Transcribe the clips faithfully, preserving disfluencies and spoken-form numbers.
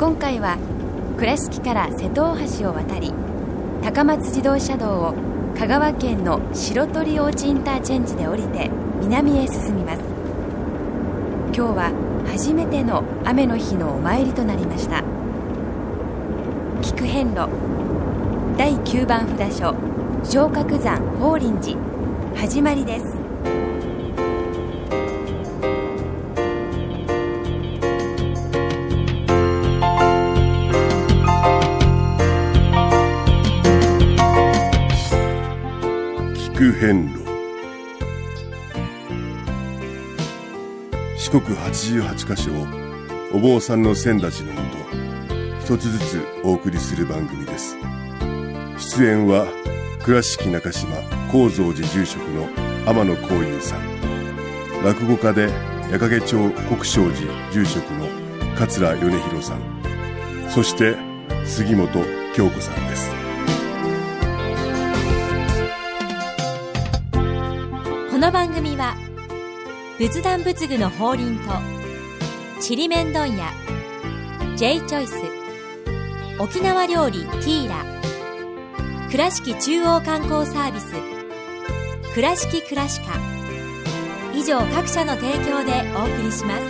今回は倉敷から瀬戸大橋を渡り、高松自動車道を香川県の白鳥大地インターチェンジで降りて南へ進みます。今日は初めての雨の日のお参りとなりました。菊遍路だいきゅうばん札所松鶴山法輪寺、始まりです。 菊遍路。四国はちじゅうはちカ所をお坊さんの先立ちのもと一つずつお送りする番組です。出演は倉敷中島・高蔵寺住職の天野幸雄さん、落語家で矢掛町国生寺住職の桂米広さん、そして杉本京子さんです。 この番組は仏壇仏具の法輪とちりめん問屋 J チョイス、沖縄料理ティーラ、倉敷中央観光サービス倉敷くらしか、以上各社の提供でお送りします。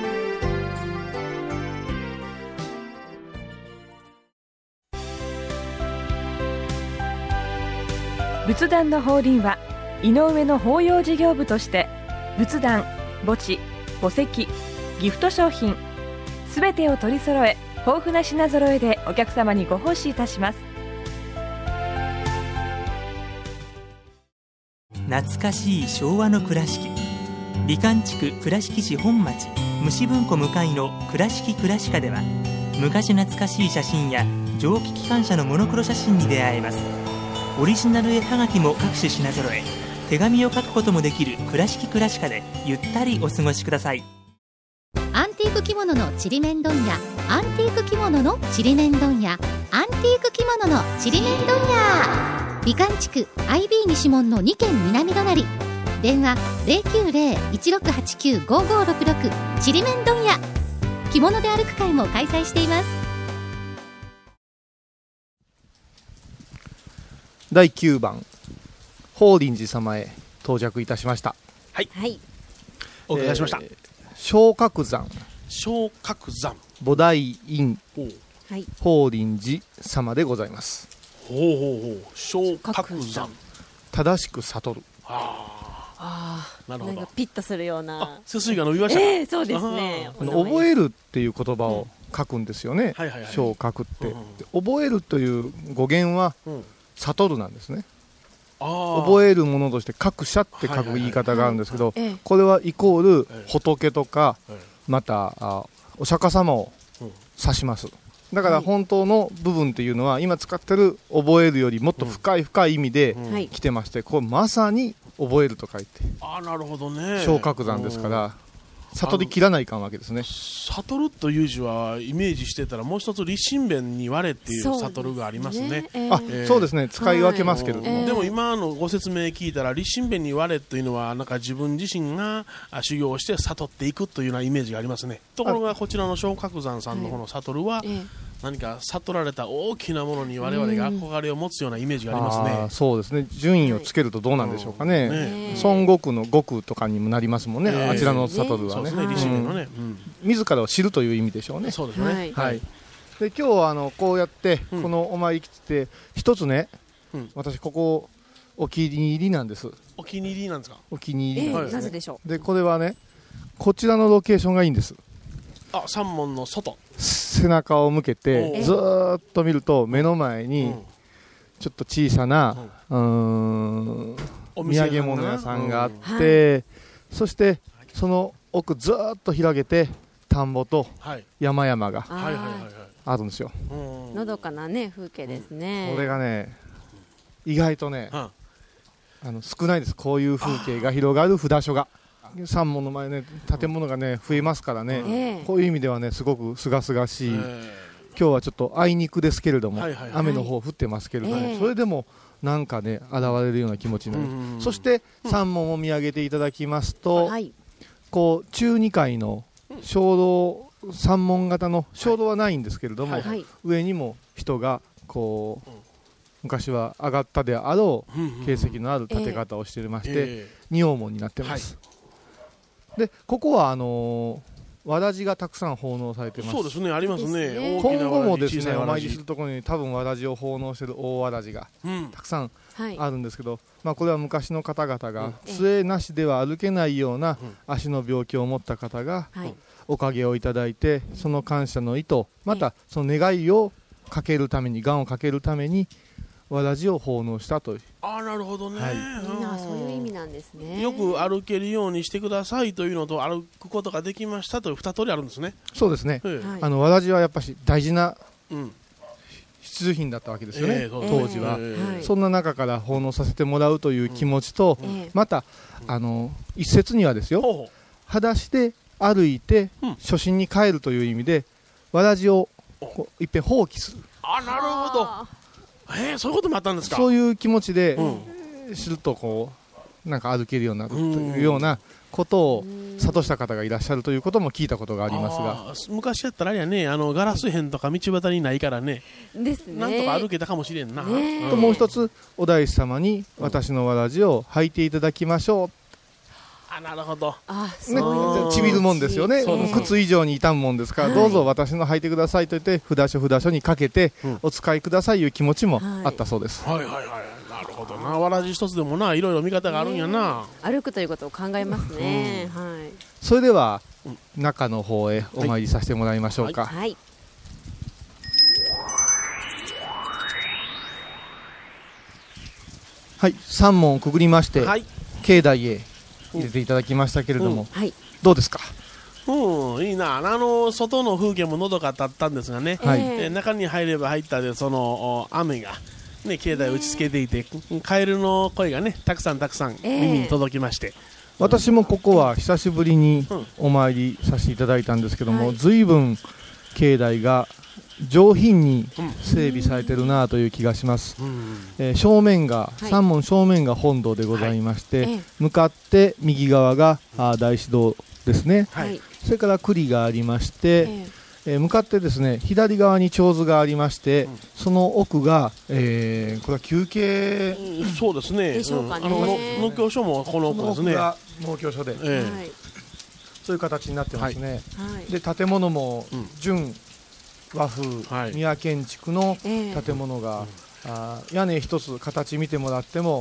仏壇の法輪は井上の法要事業部として仏壇、墓地、墓石、ギフト商品すべてを取り揃え、豊富な品揃えでお客様にご奉仕いたします。 懐かしい昭和の倉敷、美観地区倉敷市本町虫文庫向かいの倉敷くらしかでは、昔懐かしい写真や蒸気機関車のモノクロ写真に出会えます。オリジナル絵はがきも各種品揃え、手紙を書くこともできる倉敷くらしかでゆったりお過ごしください。 アンティーク着物のちりめん問屋、アンティーク着物のちりめん問屋、アンティーク着物のちりめん問屋、美観地区 アイビー 西門のに軒南隣、電話 ゼロきゅうゼロ いちろくはちきゅう ごごろくろく、ちりめん問屋。着物で歩く会も開催しています。 だいきゅうばん法輪寺様へ到着いたしました。 はい、 はい、 お伺いしました。 えー松鶴山松鶴山菩提院はい、 法輪寺様でございます。 ほうほうほう、松鶴山、 正しく悟る。 あああ、なるほど。 なんかピッとするような。 あ、背筋が伸びましたか。 えー、そうですね。 あの覚えるっていう言葉を書くんですよね。 はいはいはい、 小書くって、 うんで覚えるという語源は、 うん、 悟るなんですね。 あ覚えるものとして各社って書く言い方があるんですけど、 はいはいはい、 これはイコールええ仏とか、 ええ、 またあお釈迦様を指します。だから本当の部分っていうのは今使ってる覚えるよりもっと深い深い意味で来てまして、これまさに覚えると書いて、 あ、なるほどね。 小鶴山ですから悟り切らないかんわけですね。 悟るという字はイメージしてたら、もう一つ立身弁に割れっていう悟るがありますね。 えー、 あ、 えー、 そうですね、使い分けますけれども、 はいえー、 でも今のご説明聞いたら、立身弁に割れというのはなんか自分自身が修行して悟っていくというようなイメージがありますね。ところがこちらの松鶴山さんのこの悟るは、はい、えー何か悟られた大きなものに我々が憧れを持つようなイメージがありますね。 あ、そうですね、順位をつけるとどうなんでしょうかね。 ね、 孫悟空の悟空とかにもなりますもんね、えー、あちらの悟るはね、 ね、立身弁のね、うん、 自らを知るという意味でしょうね。 そうですね、はいはい、で今日はあのこうやってこのお参り来て、一つね、うん、私ここお気に入りなんです。 お気に入りなんですか。 お気に入りなんです、ね、 えー、なぜでしょう。 でこれはね、こちらのロケーションがいいんです。 あ、三門の外、 背中を向けてずーっと見ると目の前にちょっと小さな、うん、うーんお土産物屋さんがあって、うん、そしてその奥ずーっと広げて田んぼと山々があるんですよ。 のどかなね風景ですね。 これがね、意外とね、あの少ないです。こういう風景が広がる札所が三門の前ね、建物がね増えますからね、えー、こういう意味ではねすごく清々しい、えー、今日はちょっとあいにくですけれども、はいはいはい、雨の方降ってますけれども、えー、それでもなんかね現れるような気持ちになる、うん、そして三門を見上げていただきますと、はい、こう中にかいの鐘楼三門型の衝動はないんですけれども、 はいはい、 上にも人がこう、うん、昔は上がったであろう形跡のある建て方をしていまして、えー、仁王門になってます、はい、でここはあのーわらじがたくさん奉納されてます。 そうですね、ありますね。 今後もですね、お参りするところに多分わらじを奉納している大わらじがたくさんあるんですけど、うん、まあ、これは昔の方々が杖なしでは歩けないような足の病気を持った方がおかげをいただいて、その感謝の意と、またその願いをかけるために、願をかけるためにわらじを奉納したという。 ああ、なるほどね、はい、 みんなそういう意味なんですね。 よく歩けるようにしてくださいというのと、歩くことができましたという二通りあるんですね。 そうですね、はい、あのわらじはやっぱり大事な必需品だったわけですよね、えー、当時は、えー、そんな中から奉納させてもらうという気持ちと、うん、またあの一説にはですよ、うん、裸足で歩いて初心に帰るという意味でわらじをこういっぺん放棄する。 あ、なるほど。えー、そういうこともあったんですか。 そういう気持ちで、うん、するとこうなんか歩けるようになるというようなことを諭した方がいらっしゃるということも聞いたことがありますが、 昔やったらあれやね、あのガラス片とか道端にないからね、 ですね、 なんとか歩けたかもしれんな、 ね、うん、ともう一つお大師様に私のわらじを履いていただきましょう。 あ、なるほど、 あ、 ね、ちびるもんですよね、靴以上に傷むもんですから、はい、どうぞ私の履いてくださいと言って札所札所にかけて、うん、お使いくださいいう気持ちもあったそうです、 はい、はいはいはい、なるほどな。わらじ一つでもないろいろ見方があるんやな、 ね、歩くということを考えますね、うん、はい、 それでは、うん、中の方へお参りさせてもらいましょうか、 はいはい、 はい、さん門をくぐりまして、はい、境内へ入れていただきましたけれども、うん、はい、どうですか。 うん、いいな。あの外の風景ものどかだったんですがね、はい、えー、中に入れば入ったでその雨が、ね、境内を打ちつけていて、カエルの声がねたくさんたくさん耳に届きまして、えー、 私もここは久しぶりにお参りさせていただいたんですけども、うん、随分境内が上品に整備されてるなという気がします、うん、えー、正面が、はい、さん門正面が本堂でございまして、はい、向かって右側が、うん、あ大師堂ですね、はい、それから栗がありまして、えーえー、向かってですね左側に手水がありまして、うん、その奥が、えー、これは休憩、 うん、そうですね、 でしょうかね、 うん、あの農協所もこの奥ですね、 この奥が農協所で、えーはい、そういう形になってますね、はい、で建物も純和風、はい、宮建築の建物が、えー、あ屋根一つ形見てもらっても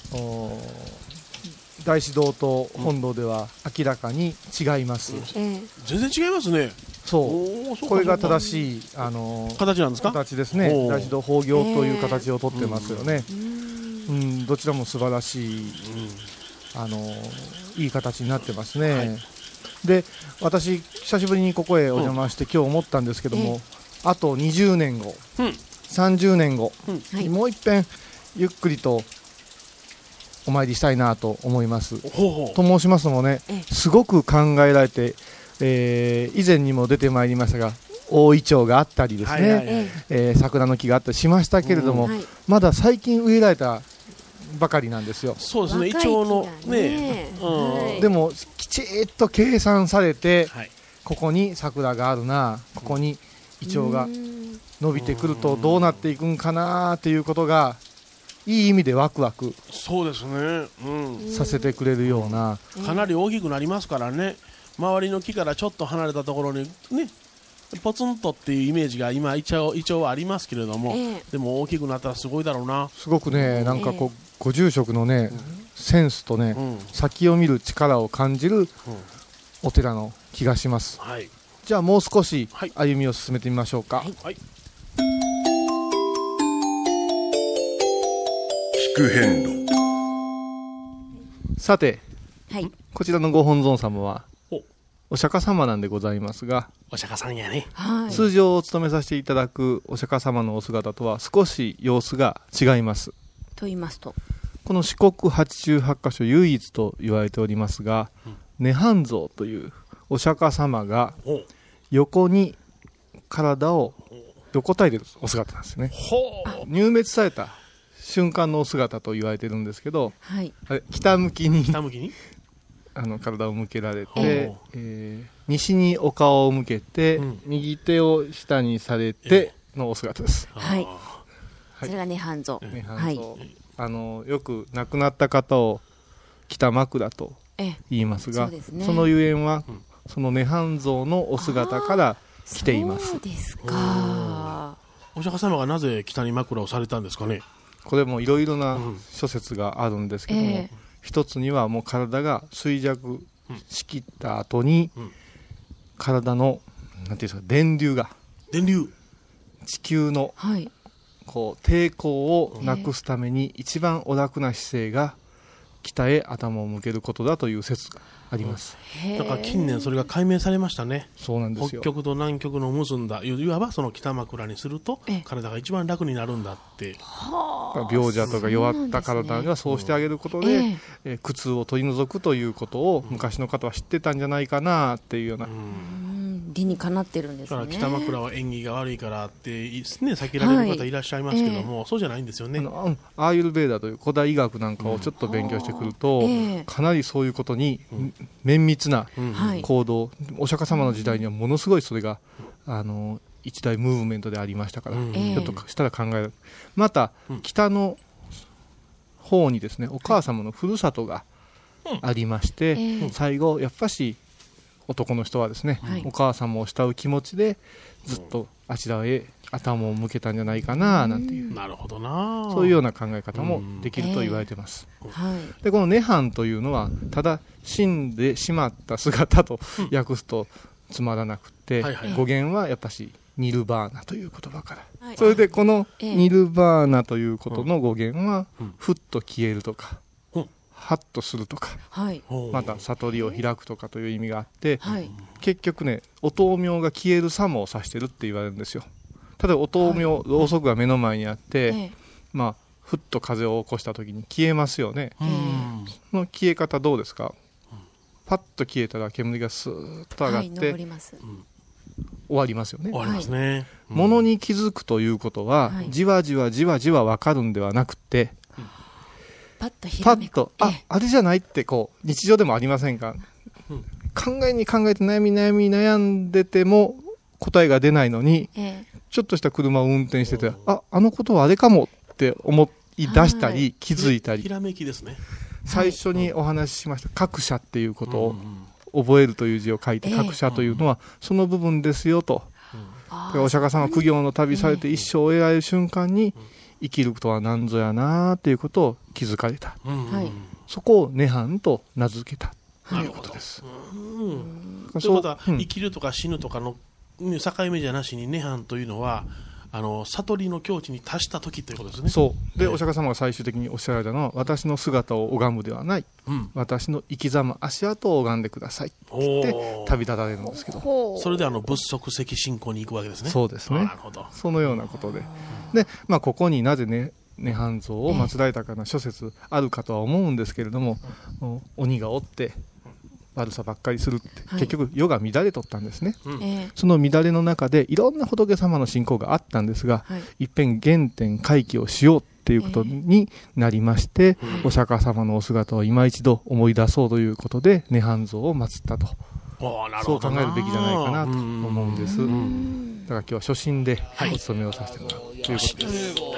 大師堂と本堂では明らかに違います、うん、 えー、全然違いますね。 そう、これが正しい、あのー、形なんですか。形ですね。大師堂法行という形をとってますよね、えー、うん、どちらも素晴らしい、うん、あのー、いい形になってますね、はい、で私久しぶりにここへお邪魔して、うん、今日思ったんですけども、えー、あとにじゅうねんご、うん、さんじゅうねんご、うんはい、もう一遍ゆっくりとお参りしたいなと思います。ほうほうと申しますのもね、すごく考えられて、えー、以前にも出てまいりましたが大イチョウがあったりですね、はいはいはい、えー、桜の木があったりしましたけれども、うんはい、まだ最近植えられたばかりなんですよ。 そうですね、イチョウのね、 うん、でもきちっと計算されて、はい、ここに桜があるな、ここにイチョウが伸びてくるとどうなっていくんかなということがいい意味でワクワクそうですね、うん、 させてくれるような、 かなり大きくなりますからね。周りの木からちょっと離れたところにねポツンとっていうイメージが今イチョウ、イチョウはありますけれども、えー、でも大きくなったらすごいだろうな。 すごくね、なんかこう、えー、ご住職のね、うん、センスとね、うん、先を見る力を感じるお寺の気がします、はい、じゃあもう少し歩みを進めてみましょうか。はいはい、 聞く遍路。 さて、はい、こちらのご本尊様はお釈迦様なんでございますが、 お釈迦さんやね、 はい、通常お務めさせていただくお釈迦様のお姿とは少し様子が違います。 と言いますと、 この四国はちじゅうはっかしょ唯一と言われておりますが、涅槃像というお釈迦様が横に体を横たえているお姿なんですね。入滅された瞬間のお姿と言われてるんですけど、はい、北向きに北向きにあの体を向けられて、えー、西にお顔を向けて、うん、右手を下にされてのお姿です。 はい、それが涅槃像。 涅槃像、はい、あのよく亡くなった方を北枕と言いますが、 そ, ね、そのゆえんは、うん、その涅槃像のお姿から来ています。 そうですか。 お釈迦様がなぜ北に枕をされたんですかね。 これもいろいろな諸説があるんですけども、うんえー、一つにはもう体が衰弱しきった後に、うん、体のなんていうんですか、電流が電流地球の、はい、こう抵抗をなくすために一番お楽な姿勢が北へ頭を向けることだという説があります。 だから近年それが解明されましたね。 そうなんですよ。 北極と南極の結んだいわばその北枕にすると体が一番楽になるんだって。 病者とか弱った体にはそうしてあげることで、ねえー、苦痛を取り除くということを昔の方は知ってたんじゃないかなっていうような、うん、 理にかなってるんですね。 だから北枕は縁起が悪いからって、ね、避けられる方いらっしゃいますけども、はいえー、そうじゃないんですよね。あのアーユルベーダという古代医学なんかをちょっと勉強してくると、うんえー、かなりそういうことに綿密な行動、うん、お釈迦様の時代にはものすごいそれがあの一大ムーブメントでありましたから、うん、ちょっとしたら考える。また、うん、北の方にですね、お母様のふるさとがありまして、うん、最後やっぱし男の人はですね、はい、お母様を慕う気持ちでずっとあちらへ頭を向けたんじゃないかななんていう、うん、 なるほどな、 そういうような考え方もできると言われています、うんえーはい、でこの涅槃というのはただ死んでしまった姿と訳すとつまらなくて、はいはい、語源はやっぱしニルバーナという言葉から、はい、それでこのニルバーナということの語源は、うん、ふっと消えるとか、うん、ハッとするとか、はい、また悟りを開くとかという意味があって、はい、結局ねお灯明が消える様を指してるって言われるんですよ。例えばお灯明、はい、ろうそくが目の前にあって、はい、まあふっと風を起こした時に消えますよね。その消え方どうですか。パッと消えたら煙がスーッと上がって、はい、上ります、うん終わりますよね。 終わりますね。 うん、ものに気づくということは、はい、じわじわじわじわ分かるんではなくて、うん、 パッとひらめく、 パッとああれじゃないってこう日常でもありませんか、うん、考えに考えて悩み悩み悩んでても答えが出ないのに、ええ、ちょっとした車を運転してて、ああのことはあれかもって思い出したり、はい、気づいたり、 ひらめきですね。 最初にお話ししました各社っていうことを、うんうん覚えるという字を書いて各社というのはその部分ですよと、うん、お釈迦様苦行の旅されて一生を得られる瞬間に生きるとは何ぞやなということを気づかれた、うん、そこを涅槃と名付けたということです。 ということは生きるとか死ぬとかの境目じゃなしに涅槃というのはあの悟りの境地に達した時ということですね。 そうで、えー、お釈迦様が最終的におっしゃられたのは私の姿を拝むではない、うん、私の生き様足跡を拝んでくださいって言って旅立たれるんですけど、 それであの仏足石信仰に行くわけですね。 そうですね。なるほど。そのようなことでで、まあ、ここになぜね涅槃像を祀られたかな諸説あるかとは思うんですけれども、えー、鬼がおって悪さばっかりするって、はい、結局世が乱れとったんですね、うん、その乱れの中でいろんな仏様の信仰があったんですが、はい、いっぺん原点回帰をしようっていうことになりまして、えー、お釈迦様のお姿を今一度思い出そうということで涅槃像を祀ったと、そう考えるべきじゃないかなと思うんです。だから今日は初心でお勤めをさせてもらう、はい、ということです。はい、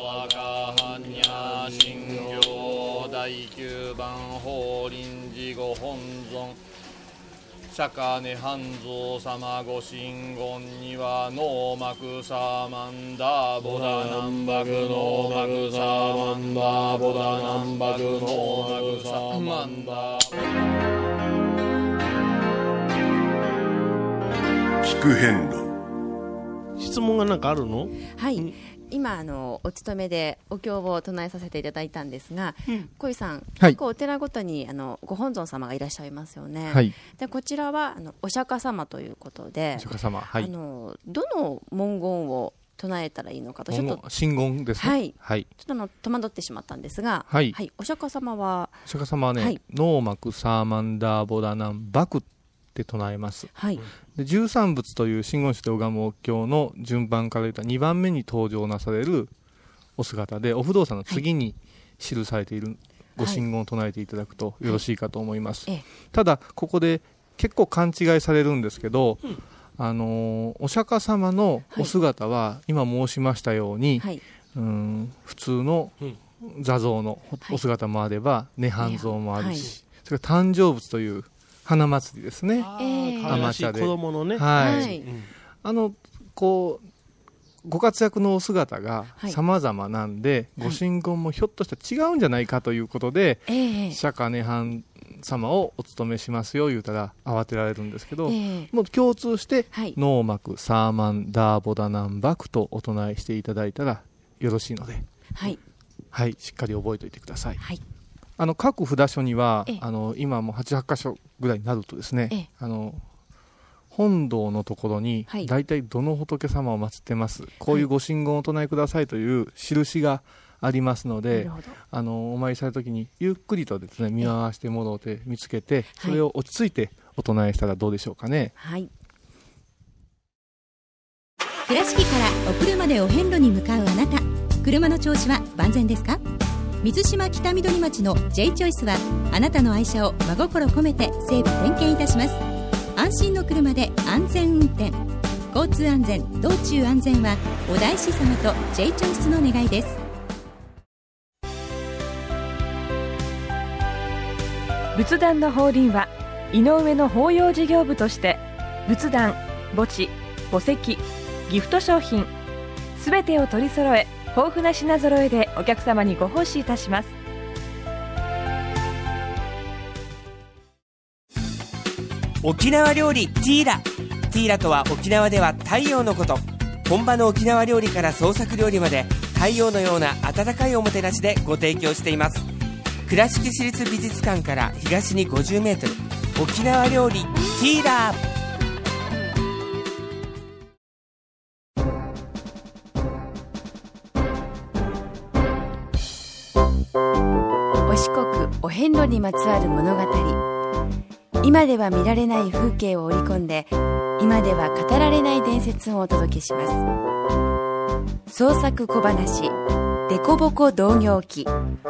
第きゅうばん法輪寺ご本尊釈迦涅槃像様ご神言にはノーマクサマンダボダナンバクノーマクサマンダボダナンバクノーマクサマンダ。 聞く遍路。 質問が何かあるの？ はい、今あのお勤めでお経を唱えさせていただいたんですが、うん、小井さん、はい、結構お寺ごとにあのご本尊様がいらっしゃいますよね、はい、でこちらはあのお釈迦様ということで、 お釈迦様、はい、 あのどの文言を唱えたらいいのかとちょっと真言ですね、 はいはい、ちょっとあの戸惑ってしまったんですが、 はいはい、お釈迦様はお釈迦様はね、はい、ノーマクサーマンダーボダナンバクって唱えます、はい、で十三仏という真言宗で拝むお経の順番から言ったにばんめに登場なされるお姿でお不動産の次に記されているご神言を唱えていただくとよろしいかと思います、はい、ただここで結構勘違いされるんですけど、うん、あのー、お釈迦様のお姿は今申しましたように、はい、うん、普通の座像のお姿もあれば涅槃像もあるし、はい、それから誕生物という花祭りですね、甘茶で子供のね、はいはい、うん、あのこうご活躍のお姿が様々なんで、はい、ご神言もひょっとしたら違うんじゃないかということで、はい、釈迦涅槃様をお務めしますよ言うたら慌てられるんですけど、えー、もう共通して、はい、ノーマクサーマンダーボダナンバクとお唱えしていただいたらよろしいので、はい、はい、しっかり覚えておいてください、はい、あの各札所には、えー、あの今もはち、はち箇所ぐらいになるとですね、えー、あの本堂のところに大体どの仏様を祀ってます、はい、こういうご神言をお唱えくださいという印がありますので、あのお参りされるときにゆっくりとですね見回してもろうて見つけて、それを落ち着いてお唱えしたらどうでしょうかね。はい、 倉敷からお車でお遍路に向かうあなた、車の調子は万全ですか？水島北緑町の J チョイスはあなたの愛車を真心込めて整備点検いたします。安心の車で安全運転、交通安全、道中安全はお大師様と J チョイスの願いです。 仏壇の法輪は井上の法要事業部として仏壇、墓地、墓石、ギフト商品すべてを取り揃え、豊富な品揃えでお客様にご奉仕いたします。 沖縄料理ティーラ。ティーラとは沖縄では太陽のこと。本場の沖縄料理から創作料理まで太陽のような温かいおもてなしでご提供しています。倉敷市立美術館から東にごじゅうメートル、沖縄料理ティーラ。 お四国お遍路にまつわる物語、今では見られない風景を織り込んで、今では語られない伝説をお届けします。創作小話デコボコ同行記。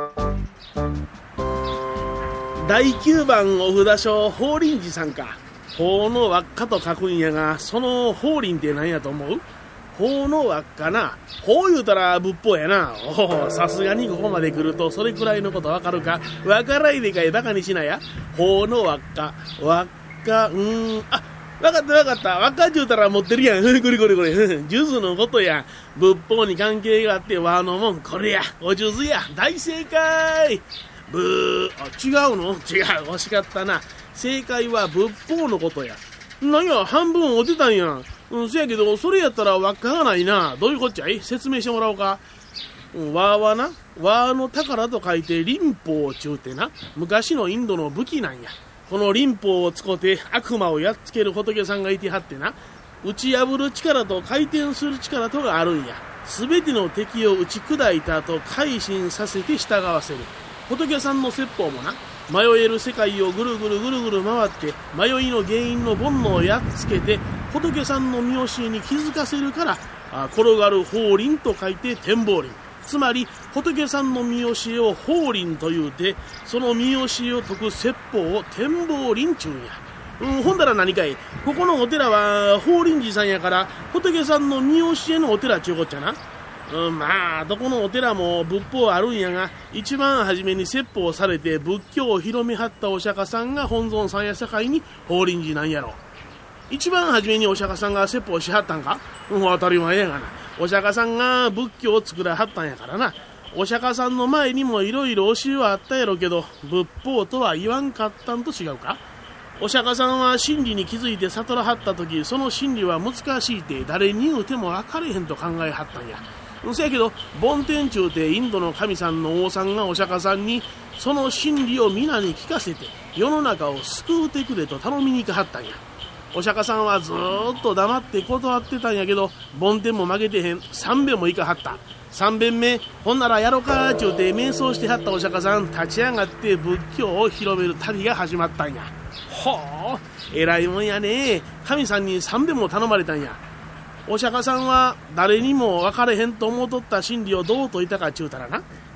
だいきゅうばんお札所法輪寺さんか。法の輪っかと書くんやが、その法輪って何やと思う？法の輪っかな。法言うたら仏法やな。おお、さすがにここまで来るとそれくらいのことわかるか。わからいでかいバカにしなや。法の輪っか、輪っか、うーん、あ、わかったわかった。輪っかちゅうたら持ってるやん。これこれこれ。数珠のことや。仏法に関係があって輪のもん、これや。お数珠や。大正解。ブー、あ、違うの？違う、惜しかったな。正解は仏法のことや。なんや、半分落ちたんや。うん、そやけど、それやったら輪っかがないな。どういうこっちゃい？説明してもらおうか。うん、輪はな、輪の宝と書いて輪法ちゅうてな、昔のインドの武器なんや。この輪法を使って悪魔をやっつける仏さんがいてはってな、打ち破る力と回転する力とがあるんや。すべての敵を打ち砕いた後、改心させて従わせる。仏さんの説法もな、迷える世界をぐるぐるぐるぐる回って迷いの原因の煩悩をやっつけて仏さんの見教えに気づかせるから、あ、転がる法輪と書いて天法輪。つまり仏さんの見教えを法輪というて、その見教えを説く説法を天法輪ちゅうんや。うん、ほんだら何かい、ここのお寺は法輪寺さんやから仏さんの見教えのお寺ちゅうこっちゃな。うん、まあどこのお寺も仏法あるんやが、一番初めに説法されて仏教を広めはったお釈迦さんが本尊さんやさかいに法輪寺なんやろ。一番初めにお釈迦さんが説法しはったんか？うん、当たり前やがな。お釈迦さんが仏教を作らはったんやからな。お釈迦さんの前にもいろいろ教えはあったやろけど、仏法とは言わんかったんと違うか？お釈迦さんは真理に気づいて悟らはった時、その真理は難しいって誰に言うても分かれへんと考えはったんや。そやけど梵天中てインドの神さんの王さんがお釈迦さんにその真理を皆に聞かせて世の中を救うてくれと頼みに行かはったんや。お釈迦さんはずーっと黙って断ってたんやけど、梵天も負けてへん。三遍も行かはった。三遍目、ほんならやろかーちゅうて瞑想してはったお釈迦さん、立ち上がって仏教を広める旅が始まったんや。ほう、偉いもんやね。神さんに三遍も頼まれたんや。お釈迦さんは誰にも分かれへんと思うとった真理をどう説いたかちゅうたらな、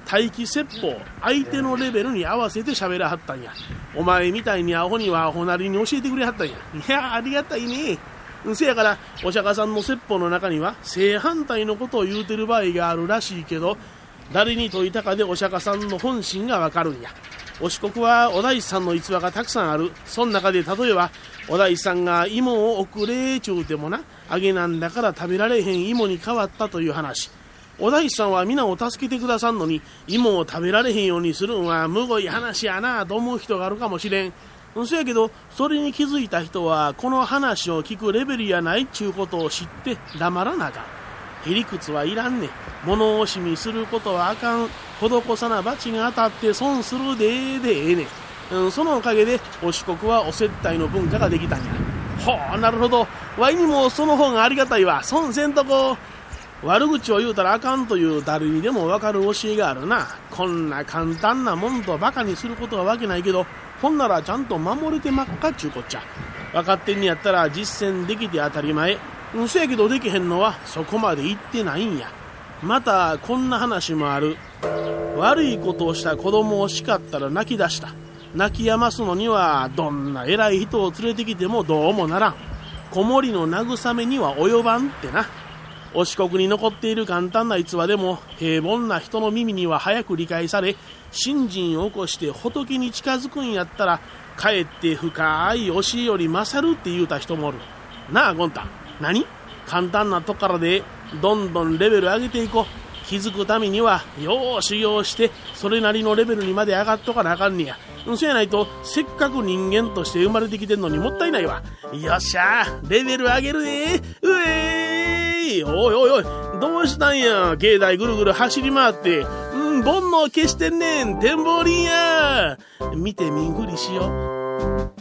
待機説法、相手のレベルに合わせて喋らはったんや。お前みたいにアホにはアホなりに教えてくれはったんや。いやありがたいね。せやからお釈迦さんの説法の中には正反対のことを言うてる場合があるらしいけど、誰に説いたかでお釈迦さんの本心がわかるんや。お四国はお大師さんの逸話がたくさんある。その中で例えばお大師さんが芋を送れちゅうてもな、揚げなんだから食べられへん芋に変わったという話。お大師さんは皆を助けてくださんのに芋を食べられへんようにするんはむごい話やなと思う人があるかもしれん。そやけどそれに気づいた人はこの話を聞くレベルやないっちゅうことを知って黙らなあかん。へりくつはいらんねん。物惜しみすることはあかん。施さな罰が当たって損するででええねん、うん、そのおかげでお四国はお接待の文化ができたんや。ほう、なるほど。わいにもその方がありがたいわ。損せんとこ。悪口を言うたらあかんという誰にでもわかる教えがあるな。こんな簡単なもんとバカにすることはわけないけど、ほんならちゃんと守れてまっかっちゅうこっちゃ。分かってんにやったら実践できて当たり前。そやけどできへんのはそこまで言ってないんや。またこんな話もある。悪いことをした子供を叱ったら泣き出した。泣き止ますのにはどんな偉い人を連れてきてもどうもならん。子守の慰めには及ばんってな。お四国に残っている簡単な逸話でも平凡な人の耳には早く理解され、信心を起こして仏に近づくんやったらかえって深い教えより勝るって言うた人もおるなあ。ゴンタ、何簡単なとこからでどんどんレベル上げていこう。気づくためにはよう修行してそれなりのレベルにまで上がっとかなあかんねや。そうやないとせっかく人間として生まれてきてんのにもったいないわ。よっしゃレベル上げるで。うえーい、おいおいおい、どうしたんや。境内ぐるぐる走り回ってうん煩悩消してんねん。展望林や。見て見んふりしよう。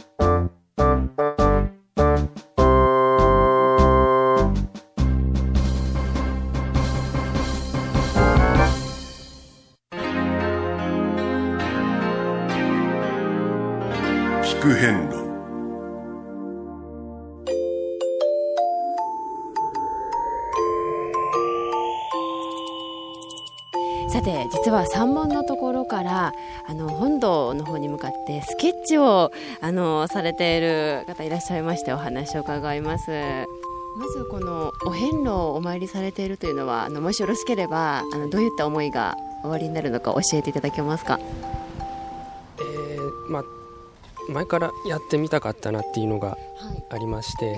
聞く遍路。 さて、実は山門のところからあの本堂の方に向かってスケッチをあのされている方いらっしゃいまして、お話を伺います。まずこのお遍路をお参りされているというのは、あのもしよろしければあのどういった思いがおありになるのか教えていただけますか。 えーまあ、前からやってみたかったなっていうのがありまして、はい、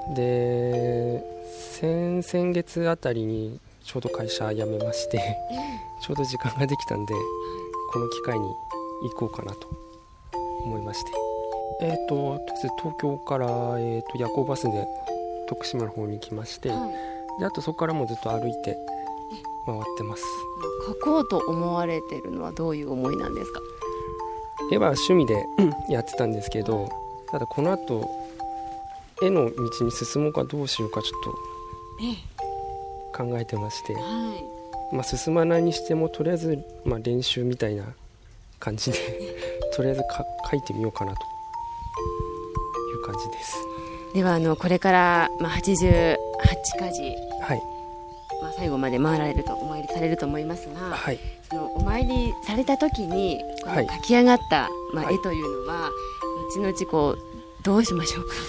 で 先, 先月あたりにちょうど会社辞めまして、ちょうど時間ができたんで、この機会に行こうかなと思いまして、えーと、とりあえず東京から、えーと、夜行バスで徳島の方に来まして、はい、であとそこからもずっと歩いて回ってます。 描こうと思われているのはどういう思いなんですか。 絵は趣味でやってたんですけど、ただこの後絵の道に進もうかどうしようかちょっと考えてまして、はいまあ、進まないにしてもとりあえず、まあ、練習みたいな感じでとりあえずか描いてみようかなという感じです。 ではあのこれから、まあ、はちじゅうはちかじ、 はいまあ、最後まで回られるとお参りされると思いますが、 はい、 そのお参りされた時にこの描き上がった、はいまあ、絵というのは、はい、後々こうどうしましょうか。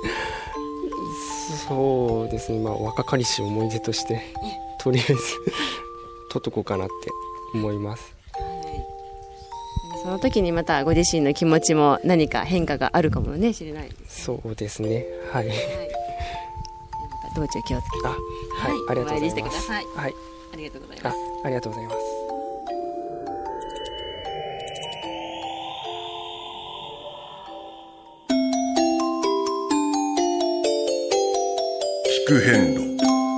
そうですね、まあ、若かりし思い出としてとりあえず撮っとこうかなって思います、 はい、その時にまたご自身の気持ちも何か変化があるかもねしれないです、ね、 そうですね、はい、はい、 道中気をつけて、 あ、はい、はい、ありがとうございます。お参りしてください。 はい、ありがとうございます。 あ、ありがとうございます。 聞く遍路。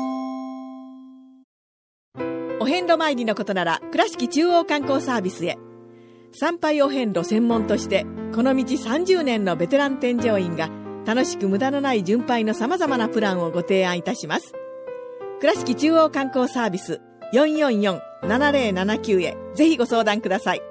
お遍路参りのことなら倉敷中央観光サービスへ。参拝お遍路専門としてこの道さんじゅうねんのベテラン添乗員が楽しく無駄のない巡拝のさまざまなプランをご提案いたします。倉敷中央観光サービス よんよんよんななぜろななきゅう へぜひご相談ください。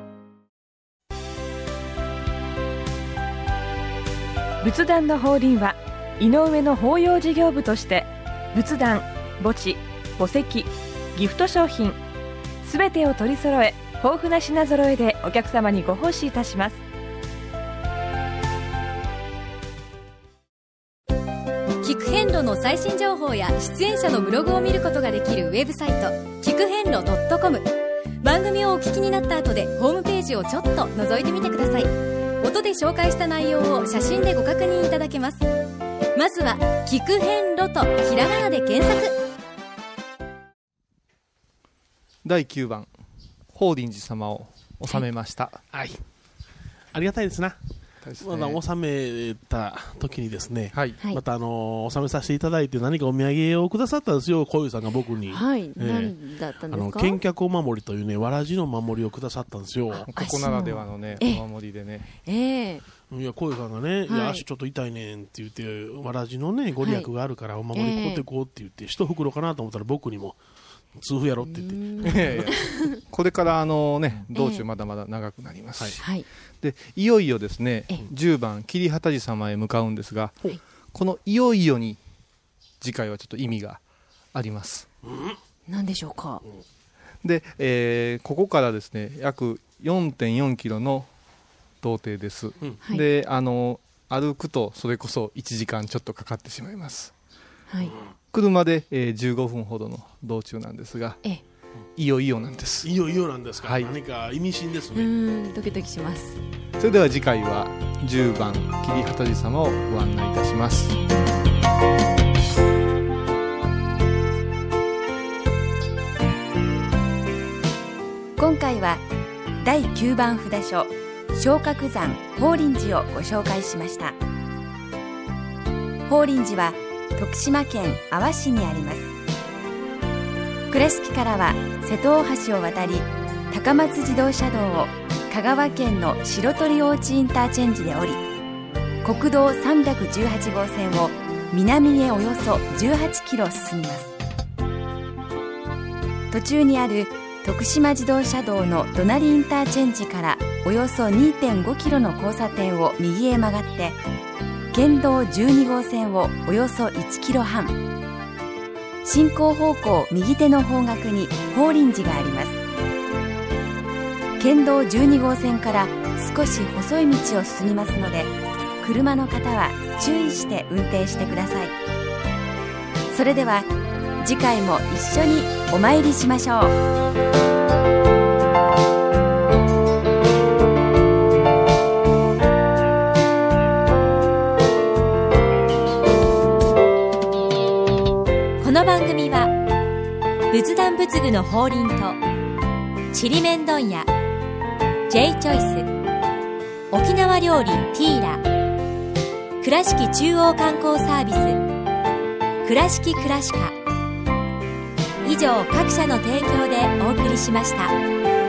仏壇の法輪は井上の法要事業部として仏壇、墓地、墓石、ギフト商品すすべてを取り揃え豊富な品揃えでお客様にご奉仕いたします。 聞く遍路の最新情報や出演者のブログを見ることができるウェブサイト聞く遍路 .com。 番組をお聞きになった後でホームページをちょっと覗いてみてください。音で紹介した内容を写真でご確認いただけます。まずは聞く遍路とひらがなで検索。 だいきゅうばん法輪寺様を収めました。 はい、はい、ありがたいですな。まだ納めた時にですね、はい、またあの納めさせていただいて何かお土産をくださったんですよ、小遊さんが僕に。 はい、 えー、 何だったんですか。 あの見客お守りというね、わらじのお守りをくださったんですよ。 ここならではのねお守りでね。 えー、いや小遊さんがね、はい、いや足ちょっと痛いねんって言ってわらじのねご利益があるからお守り買ってこうって言って、はい、一袋かなと思ったら僕にも痛風やろって言って、いやいやこれからあの、ね、道中まだまだ長くなりますし、はい、でいよいよですねじゅうばん桐畑寺様へ向かうんですが、はい、このいよいよに次回はちょっと意味があります。 何でしょうか。 で、えー、ここからですね約 よんてんよんキロの道程です、うん、であの歩くとそれこそいちじかんちょっとかかってしまいます。はい、車で、えー、じゅうごふんほどの道中なんですが、えいよいよなんです。 いよいよなんですか、はい、何か意味深ですね。 うーん、ドキドキします。 それでは次回はじゅうばん桐畑寺様をご案内いたします。 今回はだいきゅうばん札所松鶴山法輪寺をご紹介しました。法輪寺は徳島県阿波市にあります。倉敷からは瀬戸大橋を渡り高松自動車道を香川県の白鳥大内インターチェンジで降り国道さんびゃくじゅうはちごうせんを南へおよそじゅうはちキロ進みます。途中にある徳島自動車道の隣インターチェンジからおよそ にてんごキロの交差点を右へ曲がって県道じゅうにごうせんをおよそいちキロはん、進行方向右手の方角に法輪寺があります。県道じゅうにごうせんから少し細い道を進みますので車の方は注意して運転してください。それでは次回も一緒にお参りしましょう。 この番組は仏壇仏具の法輪とちりめん問屋 J チョイス沖縄料理ティーラ倉敷中央観光サービス倉敷クラシカ以上各社の提供でお送りしました。